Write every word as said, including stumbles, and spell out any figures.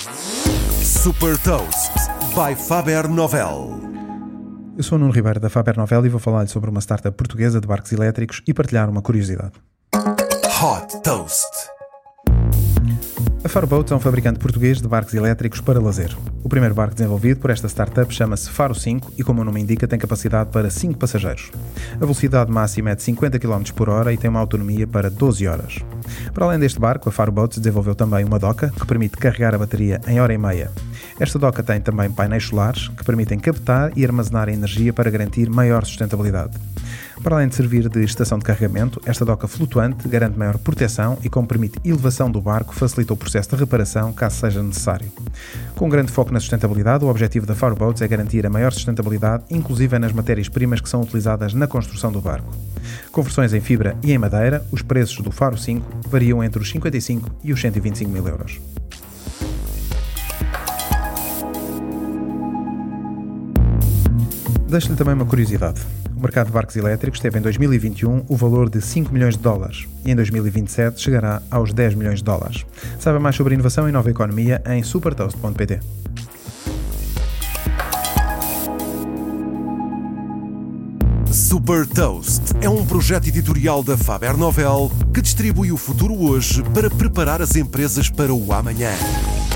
Super Toast by Faber Novel. Eu sou o Nuno Ribeiro da Faber Novel e vou falar-lhe sobre uma startup portuguesa de barcos elétricos e partilhar uma curiosidade. Hot Toast. A Faro Boats é um fabricante português de barcos elétricos para lazer. O primeiro barco desenvolvido por esta startup chama-se Faro cinco e, como o nome indica, tem capacidade para cinco passageiros. A velocidade máxima é de cinquenta quilómetros por hora e tem uma autonomia para doze horas. Para além deste barco, a Faro Boats desenvolveu também uma doca que permite carregar a bateria em hora e meia. Esta doca tem também painéis solares que permitem captar e armazenar a energia para garantir maior sustentabilidade. Para além de servir de estação de carregamento, esta doca flutuante garante maior proteção e, como permite elevação do barco, facilita o processo de reparação caso seja necessário. Com um grande foco na sustentabilidade, o objetivo da Faro Boats é garantir a maior sustentabilidade, inclusive nas matérias-primas que são utilizadas na construção do barco. Com versões em fibra e em madeira, os preços do Faro cinco variam entre os cinquenta e cinco e os cento e vinte e cinco mil euros. Deixo-lhe também uma curiosidade. O mercado de barcos elétricos teve em dois mil e vinte e um o valor de cinco milhões de dólares e em dois mil e vinte e sete chegará aos dez milhões de dólares. Saiba mais sobre inovação e nova economia em supertoast ponto pt. Super Toast é um projeto editorial da Faber Novel que distribui o futuro hoje para preparar as empresas para o amanhã.